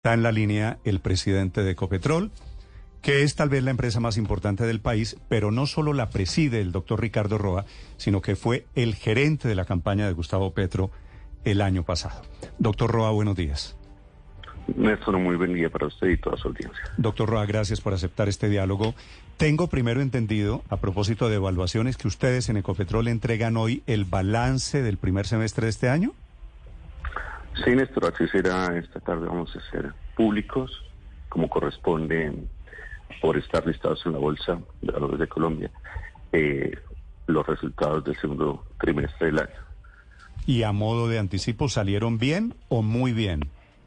Está en la línea el presidente de Ecopetrol, que es tal vez la empresa más importante del país, pero no solo la preside el doctor Ricardo Roa, sino que fue el gerente de la campaña de Gustavo Petro el año pasado. Doctor Roa, buenos días. Néstor, muy buen día para usted y toda su audiencia. Doctor Roa, gracias por aceptar este diálogo. Tengo primero entendido, a propósito de evaluaciones, que ustedes en Ecopetrol entregan hoy el balance del primer semestre de este año. Sí, Néstor, así será. Esta tarde vamos a ser públicos, como corresponde por estar listados en la Bolsa de Valores de Colombia, los resultados del segundo trimestre del año. Y a modo de anticipo, ¿salieron bien o muy bien?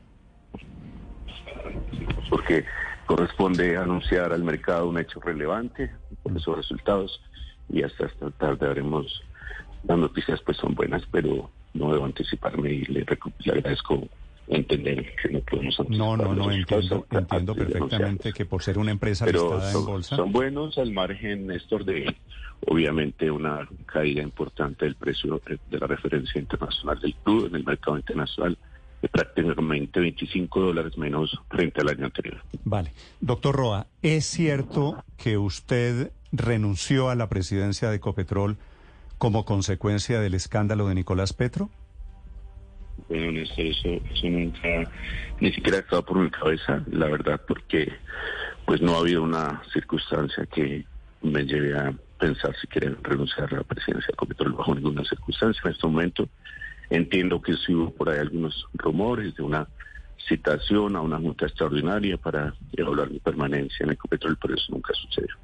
Porque corresponde anunciar al mercado un hecho relevante por esos resultados, y hasta esta tarde haremos las noticias, pues son buenas, pero no debo anticiparme y le agradezco entender que no podemos anticipar. No, entiendo perfectamente que por ser una empresa listada en bolsa. Son buenos al margen, Néstor, de obviamente una caída importante del precio de la referencia internacional del crudo en el mercado internacional, de prácticamente $25 menos frente al año anterior. Vale. Doctor Roa, ¿es cierto que usted renunció a la presidencia de Ecopetrol como consecuencia del escándalo de Nicolás Petro? Bueno, Néstor, eso nunca, ni siquiera ha estado por mi cabeza, la verdad, porque pues no ha habido una circunstancia que me lleve a pensar si quieren renunciar a la presidencia de Ecopetrol bajo ninguna circunstancia. En este momento entiendo que sí hubo por ahí algunos rumores de una citación a una junta extraordinaria para evaluar mi permanencia en Ecopetrol, pero eso nunca sucedió.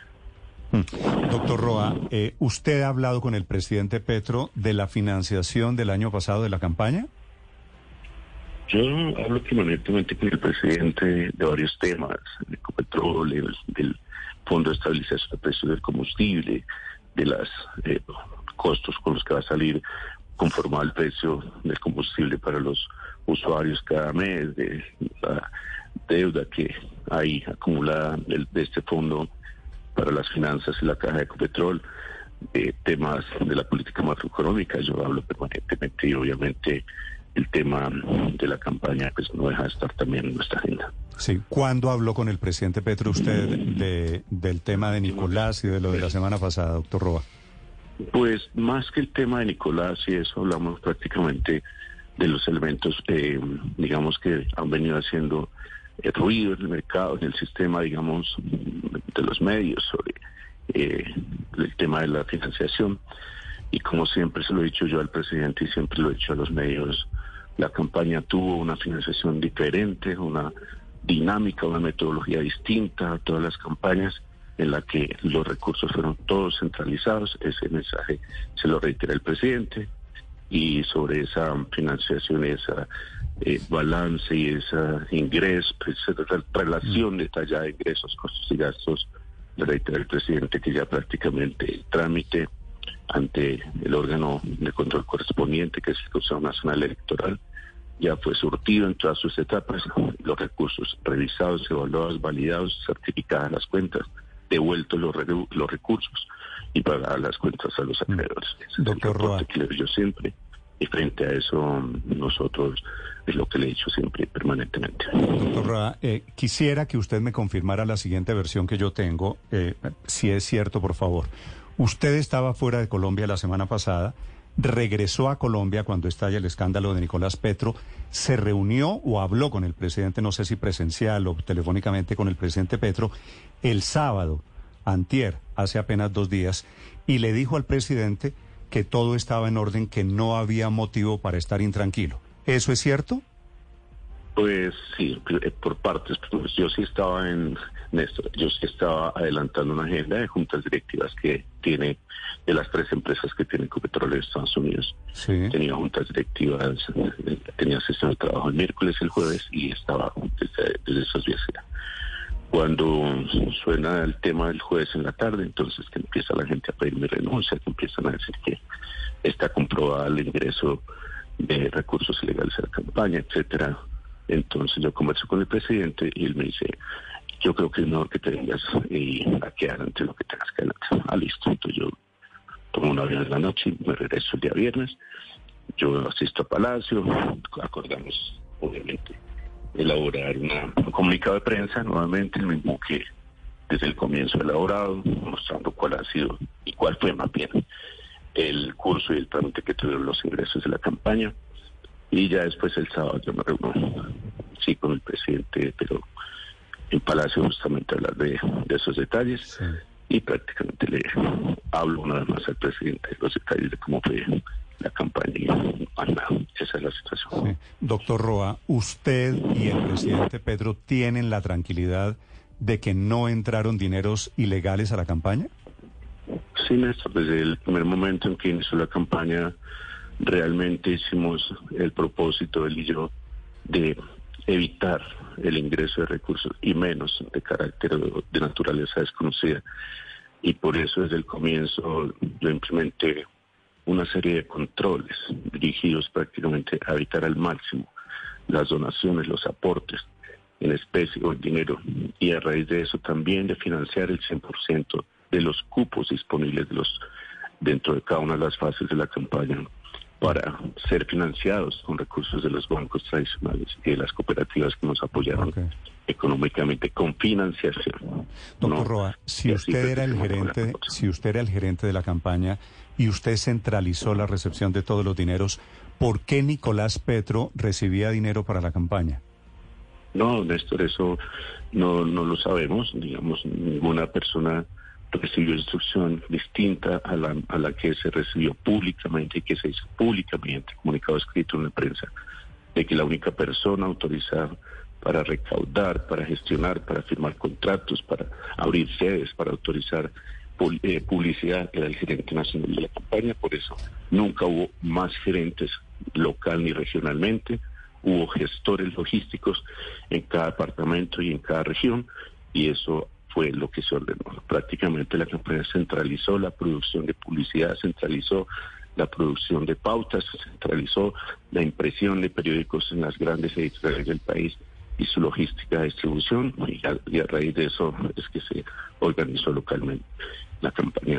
Doctor Roa, ¿usted ha hablado con el presidente Petro de la financiación del año pasado de la campaña? Yo hablo permanentemente con el presidente de varios temas, de Ecopetrol, del Fondo de Estabilización de Precios del Combustible, de los costos con los que va a salir conformado el precio del combustible para los usuarios cada mes, de la deuda que hay acumulada de este fondo para las finanzas y la caja de Ecopetrol, temas de la política macroeconómica. Yo hablo permanentemente y obviamente el tema de la campaña pues no deja de estar también en nuestra agenda. Sí, ¿cuándo habló con el presidente Petro usted del tema de Nicolás y de lo de la semana pasada, doctor Roa? Pues más que el tema de Nicolás y eso, hablamos prácticamente de los elementos, digamos, que han venido haciendo ruido en el mercado, en el sistema, digamos, de los medios, sobre el tema de la financiación. Y como siempre se lo he dicho yo al presidente y siempre lo he dicho a los medios, la campaña tuvo una financiación diferente, una dinámica, una metodología distinta a todas las campañas, en la que los recursos fueron todos centralizados. Ese mensaje se lo reitera el presidente, y sobre esa financiación, esa balance y esa ingreso, esa relación detallada de ingresos, costos y gastos, le reitera el presidente que ya prácticamente el trámite ante el órgano de control correspondiente, que es el Consejo Nacional Electoral, ya fue surtido en todas sus etapas, los recursos revisados, evaluados, validados, certificadas las cuentas, devueltos los recursos y pagadas las cuentas a los acreedores. Doctor Roa, que le doy yo siempre, y frente a eso nosotros es lo que le he dicho siempre permanentemente. Doctor Roa, quisiera que usted me confirmara la siguiente versión que yo tengo, si es cierto, por favor. Usted estaba fuera de Colombia la semana pasada, regresó a Colombia cuando estalla el escándalo de Nicolás Petro, se reunió o habló con el presidente, no sé si presencial o telefónicamente, con el presidente Petro el sábado, antier, hace apenas 2 días, y le dijo al presidente que todo estaba en orden, que no había motivo para estar intranquilo. ¿Eso es cierto? Pues sí, por partes. Pues yo sí estaba yo sí estaba adelantando una agenda de juntas directivas que tiene, de las 3 empresas que tiene Ecopetrol en Estados Unidos. Sí. Tenía juntas directivas, tenía sesión de trabajo el miércoles, el jueves, y estaba desde esos días ya. Cuando suena el tema del jueves en la tarde, entonces que empieza la gente a pedir mi renuncia, que empiezan a decir que está comprobado el ingreso de recursos ilegales a la campaña, etcétera. Entonces yo converso con el presidente y él me dice, yo creo que es mejor que te vengas a quedar ante lo que tengas que adelantar. Listo. Entonces yo tomo un avión en la noche y me regreso el día viernes. Yo asisto a Palacio, acordamos, obviamente, elaborar un comunicado de prensa, nuevamente el mismo que desde el comienzo elaborado, mostrando cuál ha sido y cuál fue más bien el curso y el trámite que tuvieron los ingresos de la campaña. Y ya después el sábado yo me reuno, sí, con el presidente, pero en Palacio justamente a hablar de esos detalles. Sí. Y prácticamente le hablo una vez más al presidente de los detalles de cómo fue la campaña y nada, esa es la situación. Sí. Doctor Roa, usted y el presidente Petro tienen la tranquilidad de que no entraron dineros ilegales a la campaña. Sí, Néstor, desde el primer momento en que inició la campaña, realmente hicimos el propósito, él y yo, de evitar el ingreso de recursos y menos de carácter de naturaleza desconocida. Y por eso desde el comienzo yo implementé una serie de controles dirigidos prácticamente a evitar al máximo las donaciones, los aportes en especie o en dinero, y a raíz de eso también de financiar el 100% de los cupos disponibles dentro de cada una de las fases de la campaña para ser financiados con recursos de los bancos tradicionales y de las cooperativas que nos apoyaron económicamente con financiación. Doctor Roa, si usted era el gerente de la campaña y usted centralizó la recepción de todos los dineros, ¿por qué Nicolás Petro recibía dinero para la campaña? No, Néstor, eso no lo sabemos. Digamos, ninguna persona recibió instrucción distinta a la que se recibió públicamente y que se hizo públicamente, comunicado escrito en la prensa, de que la única persona autorizada para recaudar, para gestionar, para firmar contratos, para abrir sedes, para autorizar publicidad era el gerente nacional de la campaña. Por eso nunca hubo más gerentes local ni regionalmente. Hubo gestores logísticos en cada departamento y en cada región, y eso fue lo que se ordenó. Prácticamente la campaña centralizó la producción de publicidad, centralizó la producción de pautas, centralizó la impresión de periódicos en las grandes editoriales del país y su logística de distribución, y a raíz de eso es que se organizó localmente la campaña.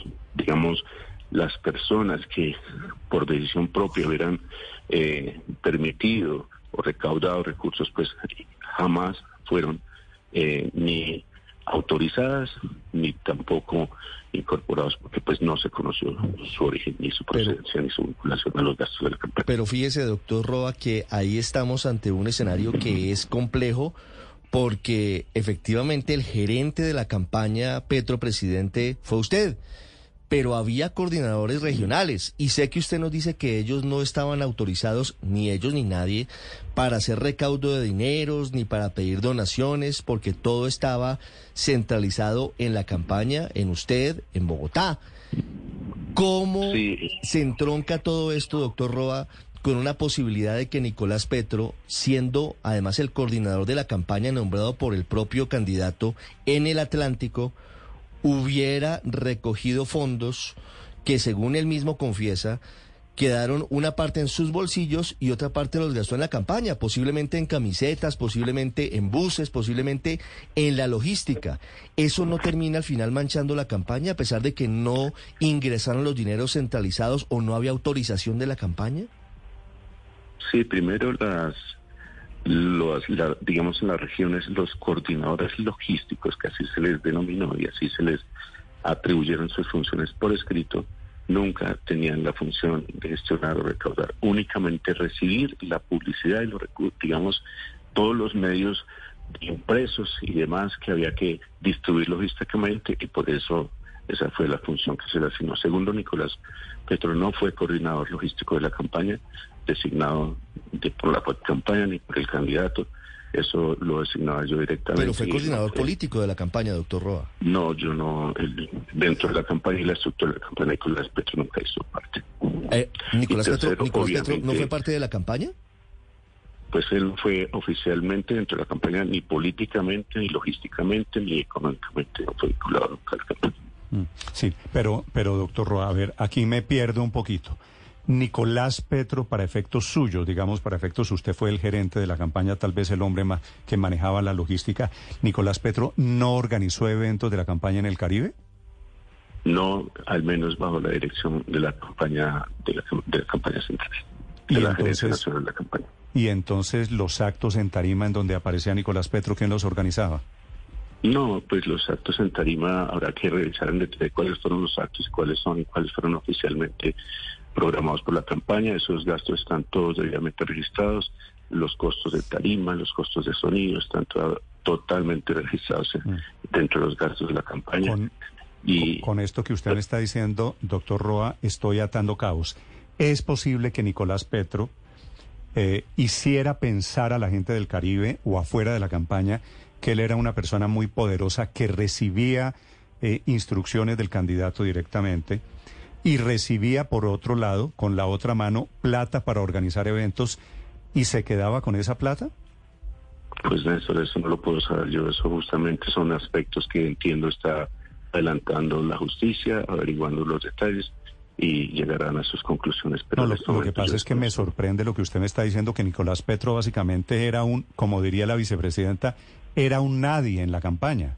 Las personas que por decisión propia hubieran permitido o recaudado recursos, pues jamás fueron ni autorizadas ni tampoco incorporados, porque pues no se conoció su origen ni su procedencia ni su vinculación a los gastos de la campaña. Pero fíjese, doctor Roa, que ahí estamos ante un escenario que es complejo, porque efectivamente el gerente de la campaña Petro Presidente fue usted, pero había coordinadores regionales, y sé que usted nos dice que ellos no estaban autorizados, ni ellos ni nadie, para hacer recaudo de dineros, ni para pedir donaciones, porque todo estaba centralizado en la campaña, en usted, en Bogotá. ¿Cómo se entronca todo esto, doctor Roa, con una posibilidad de que Nicolás Petro, siendo además el coordinador de la campaña nombrado por el propio candidato en el Atlántico, hubiera recogido fondos que, según él mismo confiesa, quedaron una parte en sus bolsillos y otra parte los gastó en la campaña, posiblemente en camisetas, posiblemente en buses, posiblemente en la logística? ¿Eso no termina al final manchando la campaña, a pesar de que no ingresaron los dineros centralizados o no había autorización de la campaña? Sí, primero digamos en las regiones, los coordinadores logísticos, que así se les denominó y así se les atribuyeron sus funciones por escrito, nunca tenían la función de gestionar o recaudar, únicamente recibir la publicidad y digamos todos los medios impresos y demás que había que distribuir logísticamente, y por eso esa fue la función que se le asignó. Segundo, Nicolás Petro no fue coordinador logístico de la campaña, designado por la campaña ni por el candidato. Eso lo designaba yo directamente. Pero fue coordinador político de la campaña, doctor Roa. No, yo no. Dentro de la campaña y la estructura de la campaña, Nicolás Petro nunca hizo parte. ¿Nicolás Petro no fue parte de la campaña? Pues él fue oficialmente dentro de la campaña, ni políticamente, ni logísticamente, ni económicamente, no fue vinculado nunca a la campaña. Sí, pero doctor Roa, a ver, aquí me pierdo un poquito. Nicolás Petro, para efectos suyos, digamos, para efectos, usted fue el gerente de la campaña, tal vez el hombre que manejaba la logística. ¿Nicolás Petro no organizó eventos de la campaña en el Caribe? No, al menos bajo la dirección de la campaña central. de la Gerencia Nacional de la Campaña. Y entonces los actos en tarima en donde aparecía Nicolás Petro, ¿quién los organizaba? No, pues los actos en tarima habrá que revisar en detalle cuáles fueron los actos y cuáles fueron oficialmente programados por la campaña. Esos gastos están todos debidamente registrados. Los costos de tarima, los costos de sonido están totalmente registrados dentro de los gastos de la campaña. Con esto que usted me está diciendo, doctor Roa, estoy atando cabos. ¿Es posible que Nicolás Petro hiciera pensar a la gente del Caribe o afuera de la campaña que él era una persona muy poderosa que recibía instrucciones del candidato directamente y recibía por otro lado, con la otra mano, plata para organizar eventos y se quedaba con esa plata? Pues Néstor, eso no lo puedo saber yo. Eso justamente son aspectos que entiendo está adelantando la justicia, averiguando los detalles y llegarán a sus conclusiones. Pero no, lo que pasa es que me sorprende lo que usted me está diciendo, que Nicolás Petro básicamente era como diría la vicepresidenta, era un nadie en la campaña.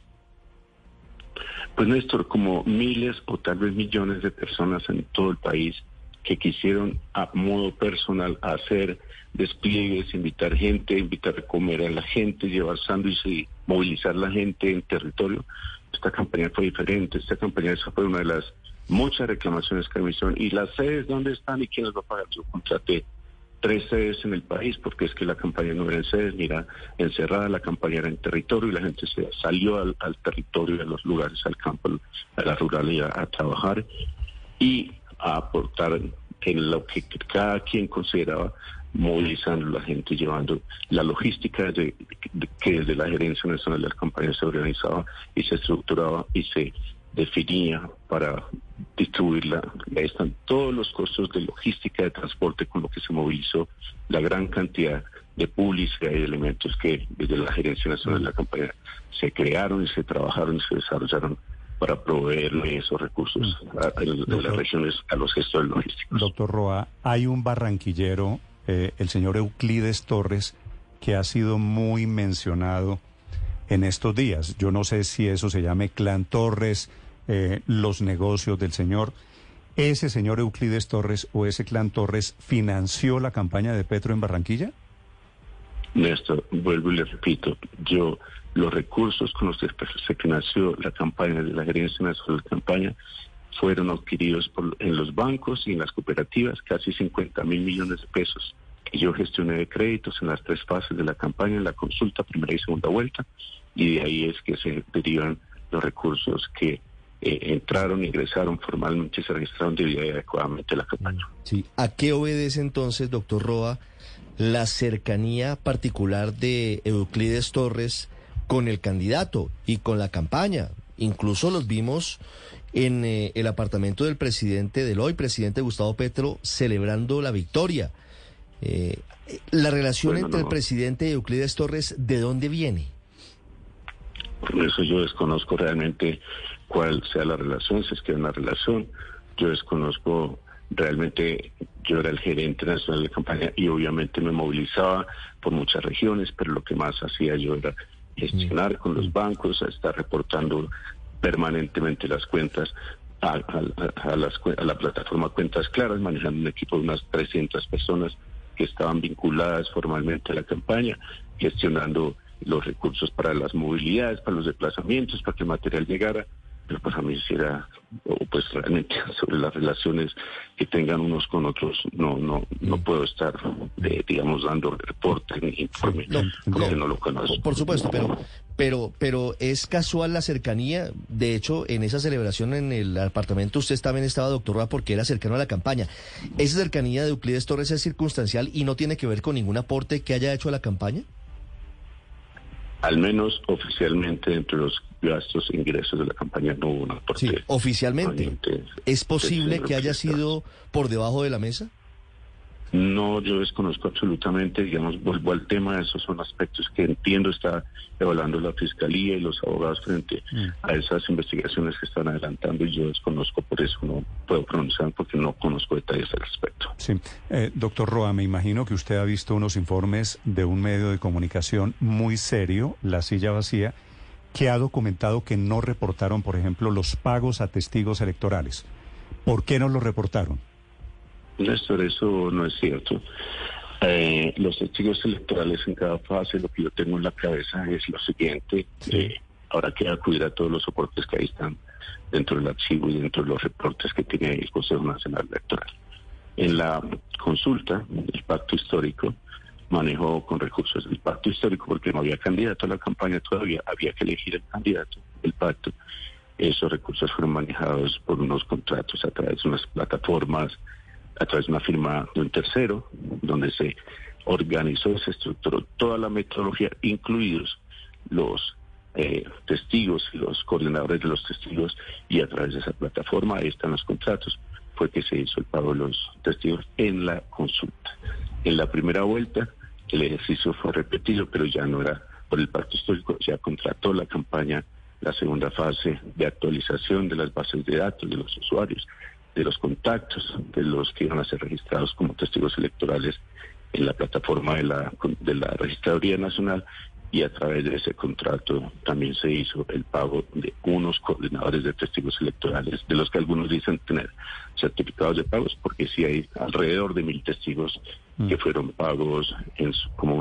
Pues Néstor, como miles o tal vez millones de personas en todo el país que quisieron a modo personal hacer despliegues, invitar gente, invitar a comer a la gente, llevar sándwiches y movilizar a la gente en territorio, esta campaña fue diferente. Esta campaña esa fue una de las muchas reclamaciones que me hicieron. ¿Y las sedes dónde están y quién las va a pagar? Yo contraté 3 sedes en el país, porque es que la campaña no era en sedes, mira, encerrada, la campaña era en territorio y la gente se salió al territorio, a los lugares, al campo, a la ruralidad, a trabajar y a aportar en lo que cada quien consideraba, movilizando a la gente, llevando la logística que desde la Gerencia Nacional de la Campaña se organizaba y se estructuraba y se definía para distribuirla. Ahí están todos los costos de logística, de transporte, con lo que se movilizó la gran cantidad de publicidad y elementos que desde la Gerencia Nacional de la Campaña se crearon y se trabajaron y se desarrollaron para proveerle esos recursos a las regiones, a los gestores logísticos. Doctor Roa, hay un barranquillero, el señor Euclides Torres, que ha sido muy mencionado en estos días. Yo no sé si eso se llame Clan Torres, los negocios del señor. ¿Ese señor Euclides Torres o ese Clan Torres financió la campaña de Petro en Barranquilla? Néstor, vuelvo y le repito, los recursos con los que se financió la campaña de la Gerencia Nacional de Campaña fueron adquiridos en los bancos y en las cooperativas, casi 50.000 millones de pesos que yo gestioné de créditos en las 3 fases de la campaña, en la consulta, primera y segunda vuelta, y de ahí es que se derivan los recursos que entraron, ingresaron formalmente y se registraron debida y adecuadamente la campaña. Sí. ¿A qué obedece entonces, doctor Roa, la cercanía particular de Euclides Torres con el candidato y con la campaña? Incluso los vimos en el apartamento del hoy presidente Gustavo Petro celebrando la victoria. La relación entre el presidente y Euclides Torres, ¿de dónde viene? Por eso yo desconozco realmente cuál sea la relación, si es que hay una relación. Yo desconozco realmente, yo era el gerente nacional de campaña y obviamente me movilizaba por muchas regiones, pero lo que más hacía yo era gestionar con los bancos, a estar reportando permanentemente las cuentas a la plataforma Cuentas Claras, manejando un equipo de unas 300 personas que estaban vinculadas formalmente a la campaña, gestionando los recursos para las movilidades, para los desplazamientos, para que el material llegara. Pero pues a mí si era, pues realmente sobre las relaciones que tengan unos con otros, no puedo estar, digamos, dando reporte ni informe, porque no lo conozco. Por supuesto, pero es casual la cercanía. De hecho, en esa celebración en el apartamento usted también estaba, doctor Roa, porque era cercano a la campaña. ¿Esa cercanía de Euclides Torres es circunstancial y no tiene que ver con ningún aporte que haya hecho a la campaña? Al menos oficialmente entre los gastos e ingresos de la campaña no hubo un aporte. Sí, oficialmente. ¿Es posible que haya sido por debajo de la mesa? No, yo desconozco absolutamente, digamos, vuelvo al tema, esos son aspectos que entiendo está evaluando la Fiscalía y los abogados frente a esas investigaciones que están adelantando y yo desconozco, por eso no puedo pronunciar porque no conozco detalles al respecto. Sí, doctor Roa, me imagino que usted ha visto unos informes de un medio de comunicación muy serio, La Silla Vacía, que ha documentado que no reportaron, por ejemplo, los pagos a testigos electorales. ¿Por qué no los reportaron? Néstor, eso no es cierto. Los testigos electorales en cada fase, lo que yo tengo en la cabeza es lo siguiente. Habrá que acudir a todos los soportes que ahí están dentro del archivo y dentro de los reportes que tiene el Consejo Nacional Electoral. En la consulta, el pacto histórico manejó con recursos del pacto histórico porque no había candidato a la campaña todavía, había que elegir el candidato, el pacto. Esos recursos fueron manejados por unos contratos a través de unas plataformas, a través de una firma de un tercero, donde se organizó, se estructuró toda la metodología, incluidos los testigos y los coordinadores de los testigos, y a través de esa plataforma, ahí están los contratos, fue que se hizo el pago de los testigos en la consulta. En la primera vuelta, el ejercicio fue repetido, pero ya no era por el pacto histórico, ya contrató la campaña, la segunda fase de actualización de las bases de datos de los usuarios, de los contactos, de los que iban a ser registrados como testigos electorales en la plataforma de la Registraduría Nacional, y a través de ese contrato también se hizo el pago de unos coordinadores de testigos electorales, de los que algunos dicen tener certificados de pagos, porque sí hay alrededor de 1.000 testigos que fueron pagos como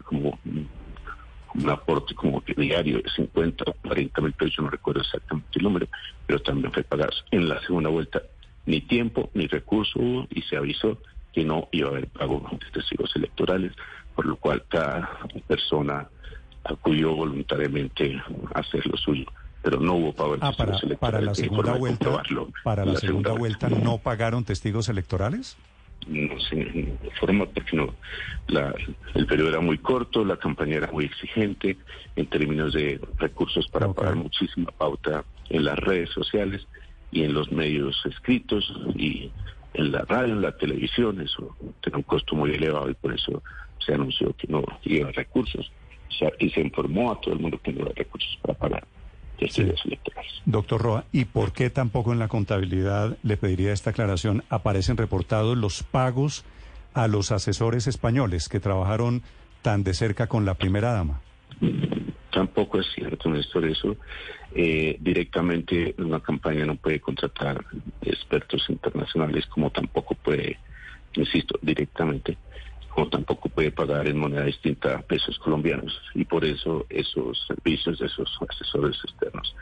un aporte como que diario de 50 o 40 mil pesos, yo no recuerdo exactamente el número, pero también fue pagado. En la segunda vuelta ni tiempo ni recurso hubo, y se avisó que no iba a haber pago de testigos electorales, por lo cual cada persona acudió voluntariamente a hacer lo suyo, pero no hubo pago de testigos electorales. Para la segunda vuelta no pagaron testigos electorales. No sé, de forma, porque no, el periodo era muy corto, la campaña era muy exigente en términos de recursos para pagar muchísima pauta en las redes sociales y en los medios escritos y en la radio, en la televisión. Eso tenía un costo muy elevado y por eso se anunció que no iba a recursos, y se informó a todo el mundo que no había recursos para pagar testigos electorales. Doctor Roa, ¿y por qué tampoco en la contabilidad, le pediría esta aclaración, aparecen reportados los pagos a los asesores españoles que trabajaron tan de cerca con la primera dama? Tampoco es cierto, Néstor, eso. Directamente una campaña no puede contratar expertos internacionales, como tampoco puede, insisto, directamente, como tampoco puede pagar en moneda distinta a pesos colombianos, y por eso esos servicios de esos asesores externos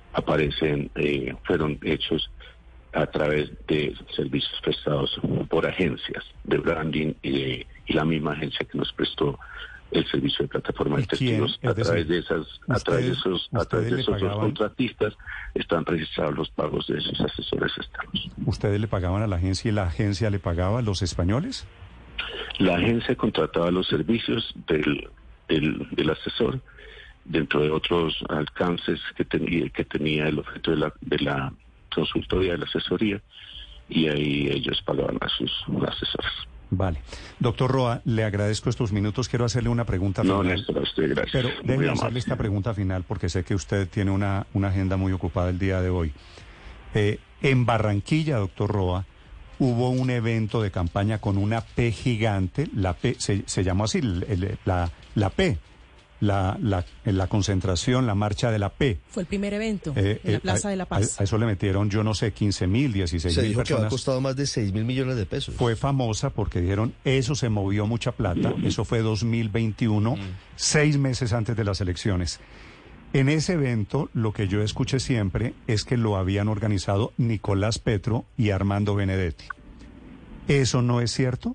fueron hechos a través de servicios prestados por agencias de branding y la misma agencia que nos prestó el servicio de plataforma de testigos. A través de esos contratistas están registrados los pagos de esos asesores externos. ¿Ustedes le pagaban a la agencia y la agencia le pagaba a los españoles? La agencia contrataba los servicios del asesor dentro de otros alcances que tenía el objeto de la consultoría, de la asesoría, y ahí ellos pagaban a sus asesores. Vale. Doctor Roa, le agradezco estos minutos. Quiero hacerle una pregunta final. No, Néstor, a usted, gracias. Pero déjeme hacerle esta pregunta final porque sé que usted tiene una agenda muy ocupada el día de hoy. En Barranquilla, doctor Roa, hubo un evento de campaña con una P gigante, la P, se llamó así, la P, la concentración, la marcha de la P. Fue el primer evento en la Plaza de la Paz. A eso le metieron, yo no sé, 15.000, 16.000 personas. Se dijo que había costado más de 6.000 millones de pesos. Fue famosa porque dijeron, eso se movió mucha plata, eso fue 2021, 6 meses antes de las elecciones. En ese evento, lo que yo escuché siempre es que lo habían organizado Nicolás Petro y Armando Benedetti. ¿Eso no es cierto?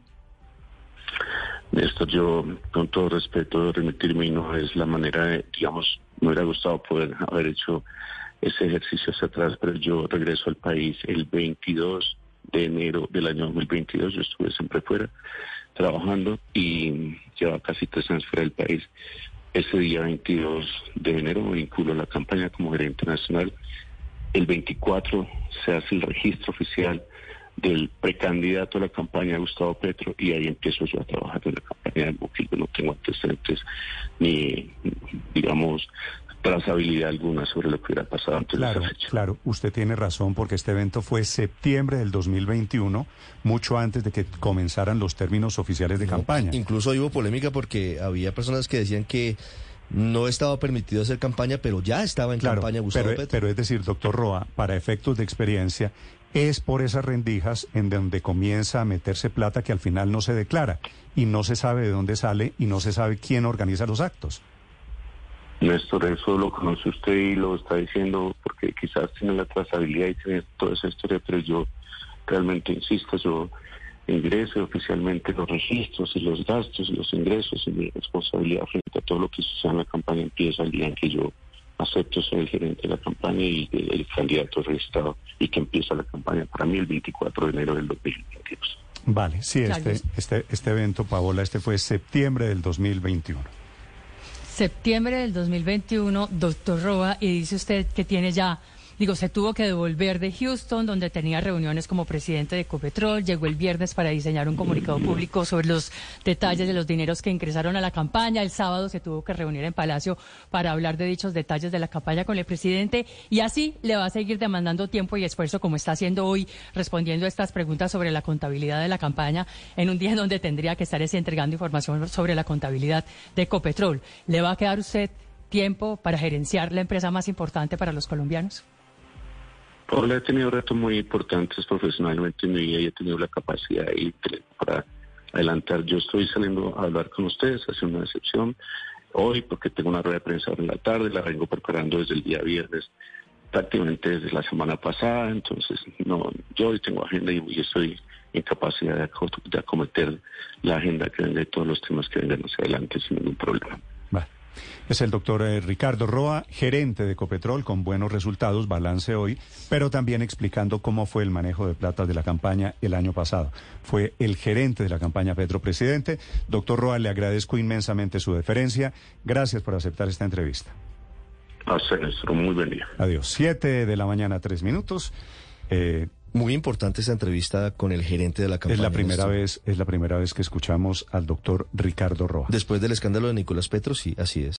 Néstor, yo con todo respeto remitirme, y no es la manera de, digamos, me hubiera gustado poder haber hecho ese ejercicio hacia atrás, pero yo regreso al país el 22 de enero del año 2022, yo estuve siempre fuera trabajando y llevaba casi 3 años fuera del país. Ese día 22 de enero me vinculo a la campaña como gerente nacional. El 24 se hace el registro oficial del precandidato a la campaña, Gustavo Petro, y ahí empiezo yo a trabajar en la campaña del Buquillo. No tengo antecedentes ni, digamos, trazabilidad alguna sobre lo que hubiera pasado antes de esa fecha. Claro, usted tiene razón, porque este evento fue septiembre del 2021, mucho antes de que comenzaran los términos oficiales de campaña. Incluso hubo polémica porque había personas que decían que no estaba permitido hacer campaña, pero ya estaba en campaña Gustavo Petro. Pero es decir, doctor Roa, para efectos de experiencia, es por esas rendijas en donde comienza a meterse plata que al final no se declara y no se sabe de dónde sale y no se sabe quién organiza los actos. Néstor, eso lo conoce usted y lo está diciendo porque quizás tiene la trazabilidad y tiene toda esa historia, pero yo realmente insisto, yo ingreso oficialmente los registros y los gastos y los ingresos y mi responsabilidad frente a todo lo que sucede en la campaña empieza el día en que yo acepto ser el gerente de la campaña y el candidato registrado y que empieza la campaña para mí el 24 de enero del 2022. Vale, sí, este evento, Paola, fue septiembre del 2021. Septiembre del 2021, doctor Roa, y dice usted que tiene ya, se tuvo que devolver de Houston, donde tenía reuniones como presidente de Ecopetrol, llegó el viernes para diseñar un comunicado público sobre los detalles de los dineros que ingresaron a la campaña, el sábado se tuvo que reunir en Palacio para hablar de dichos detalles de la campaña con el presidente, y así le va a seguir demandando tiempo y esfuerzo, como está haciendo hoy, respondiendo a estas preguntas sobre la contabilidad de la campaña, en un día en donde tendría que estar entregando información sobre la contabilidad de Ecopetrol. ¿Le va a quedar usted tiempo para gerenciar la empresa más importante para los colombianos? Ahora he tenido retos muy importantes profesionalmente en mi vida y he tenido la capacidad para adelantar. Yo estoy saliendo a hablar con ustedes, hace una excepción hoy porque tengo una rueda de prensa ahora en la tarde, la vengo preparando desde el día viernes, prácticamente desde la semana pasada, entonces yo hoy tengo agenda y estoy en capacidad de acometer la agenda que venga de todos los temas que vengan hacia adelante sin ningún problema. Es el doctor Ricardo Roa, gerente de Ecopetrol, con buenos resultados, balance hoy, pero también explicando cómo fue el manejo de plata de la campaña el año pasado. Fue el gerente de la campaña Petro Presidente. Doctor Roa, le agradezco inmensamente su deferencia. Gracias por aceptar esta entrevista. Hasta nuestro muy buen día. Adiós. 7 de la mañana, 3 minutos. Muy importante esta entrevista con el gerente de la campaña. Es la primera vez que escuchamos al doctor Ricardo Roa. Después del escándalo de Nicolás Petro, sí, así es.